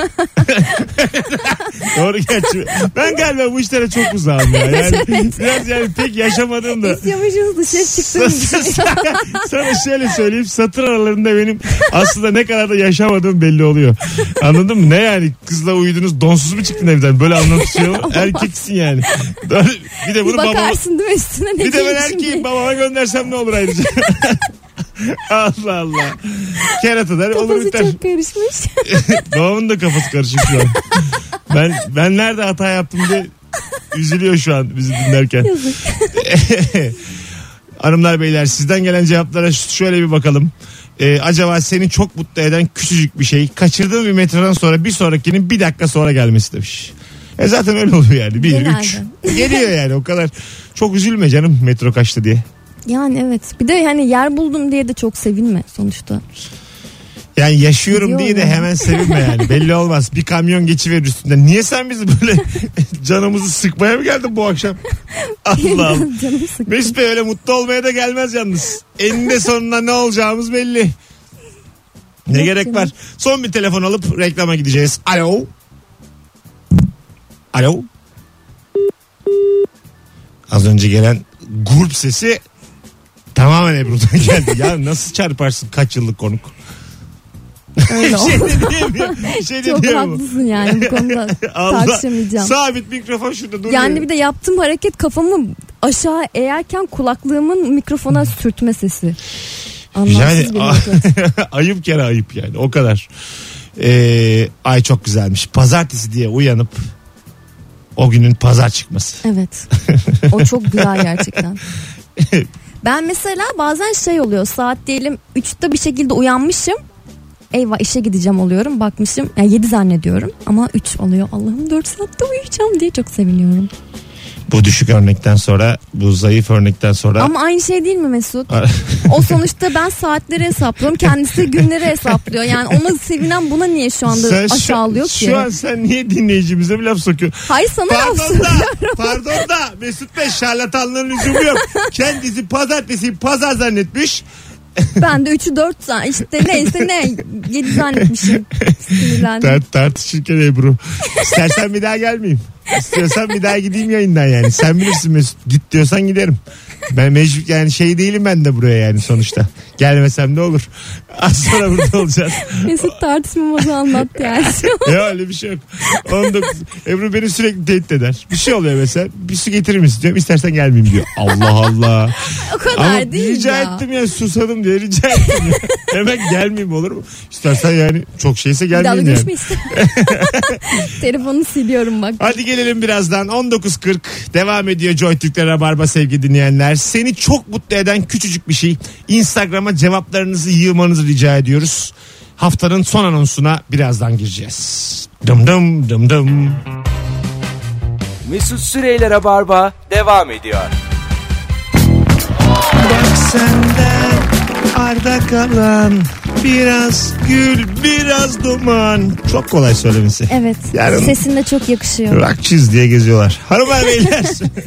S2: Doğru gerçi. Ben galiba bu işlere çok uzağım ya. Yani biraz yani pek yaşamadım da.
S3: İstiyormuşuz dışarı çıktığım için.
S2: Sana şöyle söyleyeyim, satır aralarında benim aslında ne kadar da yaşamadığım belli oluyor. Anladın mı? Ne yani, kızla uyudunuz, donsuz mu çıktın evden? Böyle anlatıyor. Erkeksin yani. Bir de bunu babama,
S3: Bakarsın değil mi üstüne ne
S2: bir de ben
S3: giymişim
S2: erkeğim,
S3: diye.
S2: babama göndersem ne olur ayrıca? Allah Allah. Kerata der, olur
S3: Kafası
S2: biter.
S3: çok karışmış.
S2: Babamın da kafası karışık şu an. Ben nerede hata yaptım diye üzülüyor şu an bizi dinlerken.
S3: Yazık.
S2: Hanımlar beyler, sizden gelen cevaplara şöyle bir bakalım. Acaba seni çok mutlu eden küçücük bir şey, kaçırdığın bir metrodan sonra bir sonrakinin bir dakika sonra gelmesi demiş. Zaten öyle oluyor yani. 1,
S3: Genelde.
S2: 3 geliyor yani, o kadar. Çok üzülme canım metro kaçtı diye.
S3: Yani evet. Bir de hani yer buldum diye de çok sevinme sonuçta.
S2: Yani yaşıyorum
S3: Gidiyor
S2: diye de
S3: ya.
S2: hemen sevinme yani. Belli olmaz. Bir kamyon geçiverir üstünden. Niye sen bizi böyle canımızı sıkmaya mı geldin bu akşam? Allah Allah.
S3: Canım sıktı.
S2: Mesut Bey öyle mutlu olmaya da gelmez yalnız. Eninde sonunda ne olacağımız belli. Ne
S3: Yok
S2: gerek
S3: canım.
S2: var? Son bir telefon alıp reklama gideceğiz. Alo. Alo. Az önce gelen grup sesi tamamen Ebru'dan geldi. Ya nasıl çarparsın kaç yıllık konuk?
S3: Öyle
S2: Bir şey
S3: oldu.
S2: de diyemiyor. Bir şey de
S3: Çok
S2: diyemiyor.
S3: haklısın yani bu konuda
S2: Allah.
S3: tartışamayacağım.
S2: Sabit mikrofon şurada duruyor.
S3: Yani bir de yaptığım hareket kafamı aşağı eğerken kulaklığımın mikrofona sürtme sesi. Anlamsız
S2: Yani
S3: bir hareket.
S2: ayıp kere ayıp yani, o kadar. Ay çok güzelmiş. Pazartesi diye uyanıp o günün pazar çıkması.
S3: Evet. O çok güzel gerçekten. Ben mesela bazen şey oluyor, saat diyelim 3'te bir şekilde uyanmışım. Eyvah işe gideceğim oluyorum. Bakmışım yani 7 zannediyorum ama 3 oluyor. Allah'ım 4 saatte uyuyacağım diye çok seviniyorum.
S2: Bu düşük örnekten sonra, bu zayıf örnekten sonra.
S3: Ama aynı şey değil mi Mesut? O sonuçta ben saatleri hesaplıyorum. Kendisi günleri hesaplıyor. Yani ona sevinen buna niye şu anda
S2: Sen
S3: aşağılıyor ki?
S2: Şu an sen niye dinleyicimize bir laf sokuyorsun?
S3: Hayır sana laf
S2: Pardon da Mesut Bey, şarlatanlığın lüzumu yok. Kendisi pazartesi pazar zannetmiş.
S3: Ben de 3'ü 4 tane işte neyse ne 7 zannetmişim. Sinirlendim.
S2: Tartışırken Ebru. İstersen bir daha gelmeyeyim. İstiyorsan bir daha gideyim yayından yani. Sen bilirsin Mesut. Git diyorsan giderim. Ben mecbur yani şey değilim ben de buraya yani sonuçta. Gelmesem ne olur. Az sonra burada olacağız.
S3: Mesut tartışmamızı anlat yani.
S2: Ya öyle bir şey yok. 19. Ebru beni sürekli tehdit eder. Bir şey oluyor mesela. Bir su getirir misin diyorum. İstersen gelmeyeyim diyor. Allah Allah.
S3: O kadar
S2: ama
S3: değil
S2: rica
S3: ya.
S2: ettim ya susadım diye rica ettim ya. Hemen gelmeyeyim olur mu? İstersen yani çok şeyse gelmeyin
S3: Bir daha da
S2: yani.
S3: görüşmeyiz. Telefonunu siliyorum bak.
S2: Hadi gelelim birazdan 19.40 devam ediyor Joy Türk'le Rabarba sevgili dinleyenler. Seni çok mutlu eden küçücük bir şey. Instagram'a cevaplarınızı yığmanızı rica ediyoruz. Haftanın son anonsuna birazdan gireceğiz. Dım dım dım dım.
S1: Mesut Süreyler'e barba devam ediyor.
S2: Bak senden arda kalan biraz gül biraz duman. Çok kolay söylemesi.
S3: Evet.
S2: Yani
S3: sesinde çok yakışıyor.
S2: rockçıyız diye geziyorlar. Hanımlar beyler.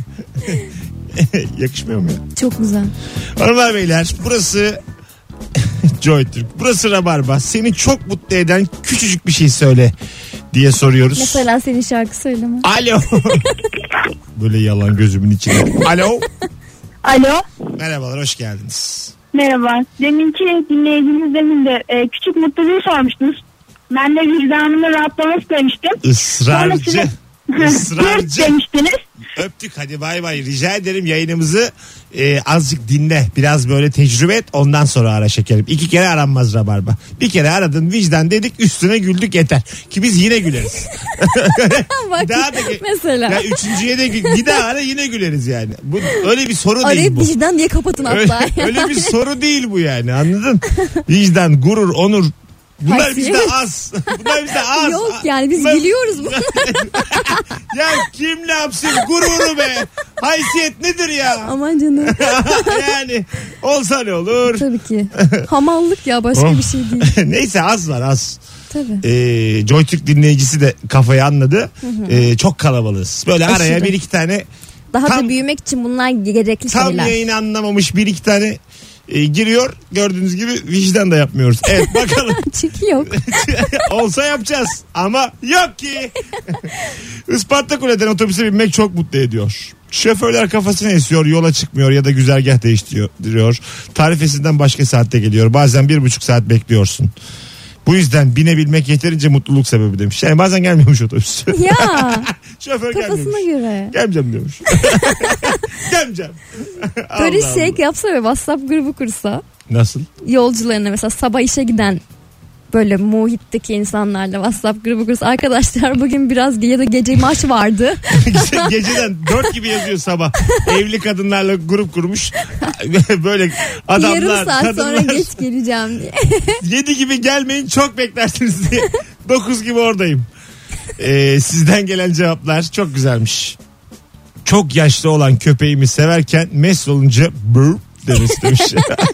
S2: Yakışmıyor mu ya?
S3: Çok güzel.
S2: Hanımlar beyler burası Joy Türk. Burası Rabarba. Seni çok mutlu eden küçücük bir şey söyle diye soruyoruz.
S3: Mesela senin şarkı söyleme.
S2: Alo. Böyle yalan gözümün içine. Alo.
S5: Alo.
S2: Merhabalar hoş geldiniz.
S5: Merhaba. Deminki dinleyicimiz demin de küçük mutluluğu sormuştunuz. Ben de vicdanımı rahatlamak istemiştim.
S2: Israrcı. Israrcı.
S5: Demiştiniz.
S2: Öptük hadi bay bay. Rica ederim yayınımızı azıcık dinle. Biraz böyle tecrübe et ondan sonra ara şekerim. 2 kere aranmaz Rabarba. Bir kere aradın vicdan dedik üstüne güldük yeter. Ki biz yine güleriz.
S3: Bak,
S2: daha da
S3: mesela.
S2: Ya üçüncüye de bir daha ara yine güleriz yani. Bu öyle bir soru değil
S3: Arayıp
S2: bu.
S3: vicdan diye kapatın hatta.
S2: Öyle bir soru değil bu yani anladın? Vicdan, gurur, onur. Bunlar
S3: Haysiyet.
S2: bizde az. Bunlar bizde az.
S3: Yok yani biz
S2: Ben-
S3: biliyoruz bunu.
S2: Ya kim ne yapsın gururu be. Haysiyet nedir ya?
S3: Aman canım.
S2: Yani olsa ne olur?
S3: Tabii ki. Hamallık ya başka
S2: Oh.
S3: bir şey değil.
S2: Neyse az var az.
S3: Tabii.
S2: Joy Türk dinleyicisi de kafayı anladı. Çok kalabalığız. Böyle araya
S3: Aşırı.
S2: bir iki tane
S3: Daha
S2: tam-
S3: da büyümek için bunlar gerekli
S2: tam
S3: şeyler.
S2: yayını anlamamış bir iki tane giriyor. Gördüğünüz gibi vicdan da yapmıyoruz. Evet bakalım.
S3: Çünkü yok.
S2: Olsa yapacağız ama yok ki. Isparta Kule'den otobüse binmek çok mutlu ediyor. Şoförler kafasını esiyor, yola çıkmıyor ya da güzergah değiştiriyor. Tarifesinden başka saatte geliyor. Bazen 1,5 saat bekliyorsun. Bu yüzden binebilmek yeterince mutluluk sebebi demiş. Yani bazen gelmiyormuş otobüs.
S3: Ya
S2: Şoför
S3: kafasına
S2: gelmiyormuş.
S3: göre.
S2: Gelmeyeceğim diyormuş. Gelmeyeceğim.
S3: Böyle
S2: Allah
S3: şey
S2: Allah.
S3: yapsa ve WhatsApp grubu kursa
S2: Nasıl?
S3: yolcularına mesela sabah işe giden böyle muhitteki insanlarla WhatsApp grubu kursa arkadaşlar bugün biraz ya da gece maç vardı.
S2: Geceden 4 gibi yazıyor sabah. Evli kadınlarla grup kurmuş. Böyle adamlar,
S3: Yarım saat
S2: kadınlar.
S3: sonra geç geleceğim diye.
S2: 7 gibi gelmeyin çok beklersiniz diye. 9 gibi oradayım. Sizden gelen cevaplar çok güzelmiş. Çok yaşlı olan köpeğimi severken mest olunca burp demiş demiş.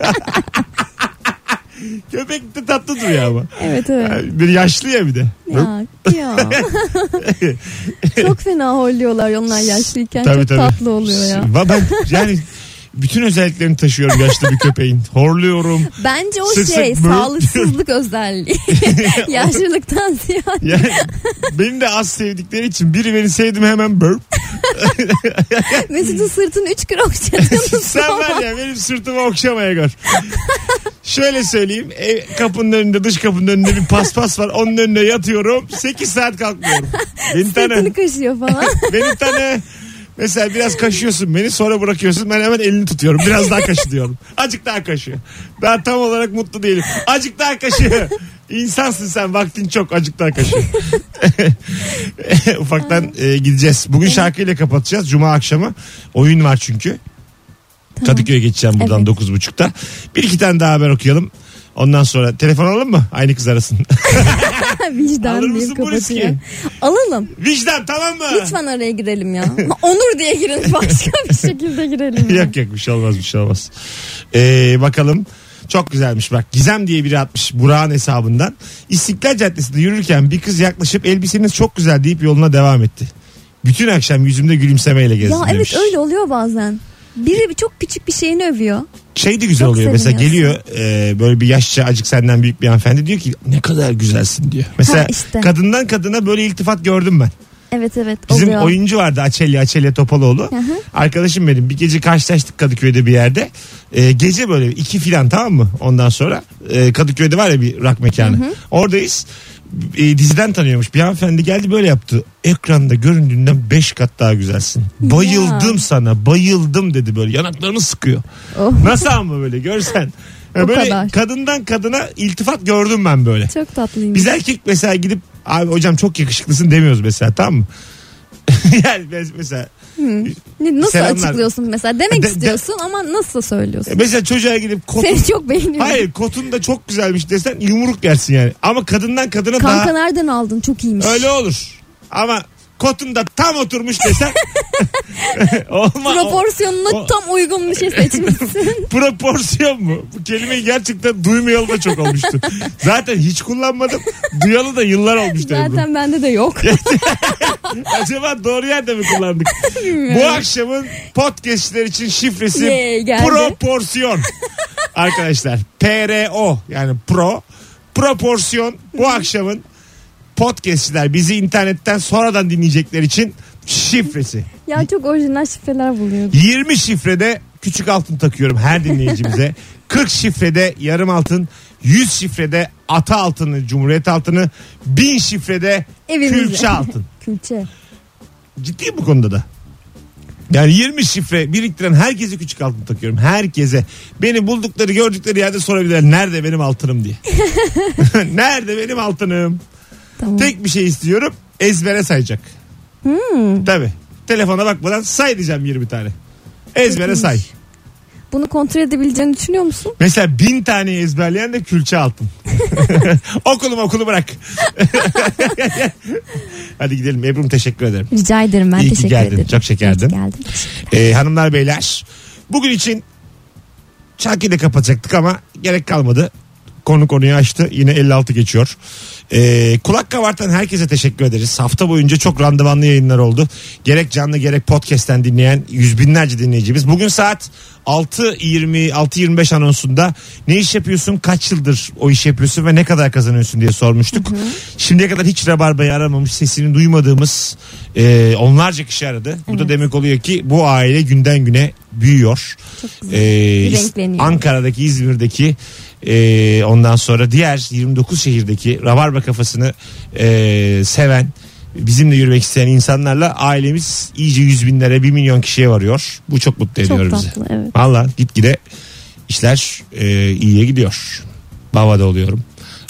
S2: Köpek de tatlı duruyor ama.
S3: Evet evet.
S2: Bir yaşlı ya bir de.
S3: Ya. Çok fena horluyorlar onlar yaşlıyken.
S2: Tabii,
S3: çok
S2: tabii.
S3: tatlı oluyor ya.
S2: Ben yani bütün özelliklerini taşıyorum yaşlı bir köpeğin. Horluyorum.
S3: Bence o
S2: Sık sık
S3: şey
S2: bırp
S3: sağlıksızlık özelliği. Yaşlılıktan ziyade.
S2: Yani beni de az sevdikleri için biri beni sevdi mi hemen burp.
S3: Mesut'un sırtını 3 kere okşadınız.
S2: Sen var ya benim sırtımı okşamaya gör. Şöyle söyleyeyim. Kapının önünde dış kapının önünde bir paspas var. Onun önüne yatıyorum. 8 saat kalkmıyorum. Beni tanı.
S3: Sırtını kaşıyor falan.
S2: Beni tanı. Mesela biraz kaşıyorsun beni sonra bırakıyorsun. Ben hemen elini tutuyorum. Biraz daha kaşı diyorum. Azıcık daha kaşıyor. Ben tam olarak mutlu değilim. Azıcık daha kaşıyor. İnsansın sen vaktin çok azıcık daha kaşıyor. Ufaktan gideceğiz. Bugün şarkıyla kapatacağız. Cuma akşamı. Oyun var çünkü. Kadıköy'e geçeceğim buradan 9.30'da. Bir iki tane daha haber okuyalım. Ondan sonra telefon alalım mı? Aynı kız arasın.
S3: Vicdan
S2: Alır
S3: deyip
S2: mısın bu
S3: kapatıyor.
S2: riski?
S3: Alalım.
S2: Vicdan tamam mı?
S3: Lütfen araya girelim ya. Onur diye girin. Başka bir şekilde girelim. Ya.
S2: Yok bir şey olmaz bir şey olmaz. Bakalım. Çok güzelmiş bak. Gizem diye biri atmış Burak'ın hesabından. İstiklal Caddesi'nde yürürken bir kız yaklaşıp elbiseniz çok güzel deyip yoluna devam etti. Bütün akşam yüzümde gülümsemeyle gezdim
S3: Ya evet
S2: demiş.
S3: öyle oluyor bazen. Biri çok küçük bir şeyini övüyor.
S2: Şey de güzel
S3: Çok
S2: oluyor. Mesela
S3: seviniyorsun.
S2: geliyor böyle bir yaşça acık senden büyük bir hanımefendi diyor ki ne kadar güzelsin diyor. Mesela
S3: işte.
S2: kadından kadına böyle iltifat gördüm ben.
S3: Evet
S2: Bizim
S3: oluyor.
S2: oyuncu vardı Açelya Topaloğlu.
S3: Hı hı.
S2: Arkadaşım benim, bir gece karşılaştık Kadıköy'de bir yerde. Gece böyle 2 filan, tamam mı? Ondan sonra Kadıköy'de var ya bir rock mekanı. Oradayız. Diziden tanıyormuş. Bir hanımefendi geldi böyle yaptı. Ekranda göründüğünden 5 kat daha güzelsin. Bayıldım sana, bayıldım dedi böyle. Yanaklarını sıkıyor.
S3: Oh.
S2: Nasıl ama böyle görsen.
S3: O
S2: Böyle
S3: kadar.
S2: kadından kadına iltifat gördüm ben böyle.
S3: Çok tatlıymış.
S2: Biz erkek mesela gidip abi hocam çok yakışıklısın demiyoruz mesela, tamam mı? Yani mesela
S3: Nasıl
S2: selamlar.
S3: açıklıyorsun mesela? Demek istiyorsun ama nasıl söylüyorsun?
S2: Mesela çocuğa gidip
S3: Seni çok beğeniyorum.
S2: hayır kotun da çok güzelmiş desen yumruk yersin yani. Ama kadından kadına
S3: Kanka
S2: daha
S3: nereden aldın? Çok iyiymiş.
S2: öyle olur. Ama kotun da tam oturmuş desen olma.
S3: Proporsiyonuna tam uygun bir şey seçmişsin.
S2: Proporsiyon mu? Bu kelimeyi gerçekten duymayalı da çok olmuştu. Zaten hiç kullanmadım. Duyalı da yıllar olmuştu.
S3: Zaten bende de yok.
S2: Acaba doğru yerde mi kullandık? Bu akşamın podcastçiler için şifresi
S3: Geldi.
S2: proporsiyon. Arkadaşlar PRO yani proporsiyon bu akşamın podcastçiler bizi internetten sonradan dinleyecekler için şifresi.
S3: Ya çok orijinal şifreler buluyorum.
S2: 20 şifrede küçük altın takıyorum her dinleyicimize. 40 şifrede yarım altın, 100 şifrede ata altını, cumhuriyet altını, 1000 şifrede
S3: Evimizde.
S2: külçe altın.
S3: Külçe.
S2: Ciddiyim bu konuda da. Yani 20 şifre biriktiren herkese küçük altın takıyorum. Herkese. Beni buldukları gördükleri yerde sorabilirler. Nerede benim altınım diye. Nerede benim altınım?
S3: Tamam.
S2: Tek bir şey istiyorum. Ezbere sayacak. Tabii. Telefona bakmadan say diyeceğim 20 tane. Ezbere say.
S3: Bunu kontrol edebileceğini düşünüyor musun?
S2: Mesela 1000 tane ezberleyen de külçe altın. Okulu bırak. Hadi gidelim. Ebru'm teşekkür ederim.
S3: Rica ederim, ben
S2: İyi ki
S3: teşekkür
S2: geldin.
S3: ederim.
S2: Çok şekerdin.
S3: İyi ki geldin.
S2: Hanımlar beyler, bugün için şarkıyı da kapatacaktık ama gerek kalmadı. Konuyu açtı. Yine 56 geçiyor. Kulak kabartan herkese teşekkür ederiz. Hafta boyunca çok randımanlı yayınlar oldu. Gerek canlı gerek podcast'ten dinleyen yüz binlerce dinleyicimiz. Bugün saat 6.25 anonsunda ne iş yapıyorsun, kaç yıldır o iş yapıyorsun ve ne kadar kazanıyorsun diye sormuştuk. Şimdiye kadar hiç Rabarba'yı aramamış, sesini duymadığımız onlarca kişi aradı. Bu da demek oluyor ki bu aile günden güne büyüyor.
S3: Çok güzel. Renkleniyor.
S2: Ankara'daki, İzmir'deki ondan sonra diğer 29 şehirdeki Rabarba kafasını seven, bizimle yürümek isteyen insanlarla ailemiz iyice 100 binlere, 1 milyon kişiye varıyor. Bu çok mutlu ediyor bizi.
S3: Çok tatlı, evet.
S2: Valla gitgide işler iyiye gidiyor. Babada oluyorum.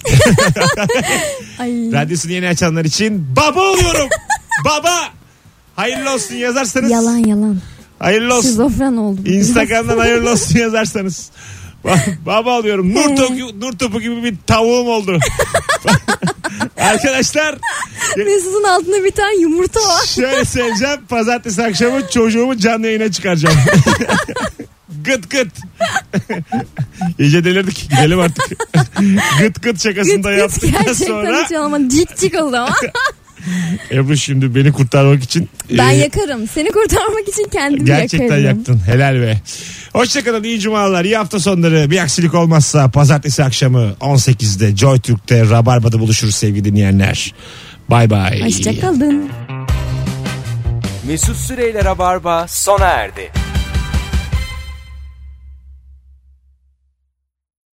S3: Ay.
S2: Radyosunu yeni açanlar için baba oluyorum. Baba. Hayırlı olsun yazarsanız.
S3: Yalan.
S2: Hayırlı olsun.
S3: Şizofren oldum.
S2: Instagram'dan hayırlı olsun yazarsanız. Baba alıyorum. Nur topu gibi bir tavuğum oldu. Arkadaşlar.
S3: Mesut'un altında bir tane yumurta var.
S2: Şöyle söyleyeceğim. Pazartesi akşamı çocuğumu canlı yayına çıkaracağım. Gıt gıt. İyice delirdik. Gidelim artık. Gıt gıt şakasını da yaptıktan
S3: Gerçekten
S2: sonra.
S3: hiç ama cik oldu ama.
S2: Ebru şimdi beni kurtarmak için.
S3: Ben yakarım. Seni kurtarmak için kendimi
S2: gerçekten
S3: yakarım.
S2: yaktın. Helal be. Hoşçakalın. İyi cumalar. İyi hafta sonları. Bir aksilik olmazsa pazartesi akşamı 18'de Joy Türk'te Rabarba'da buluşuruz sevgili dinleyenler. Bay bay.
S3: Hoşçakalın.
S1: Mesut Süreyle Rabarba sona erdi.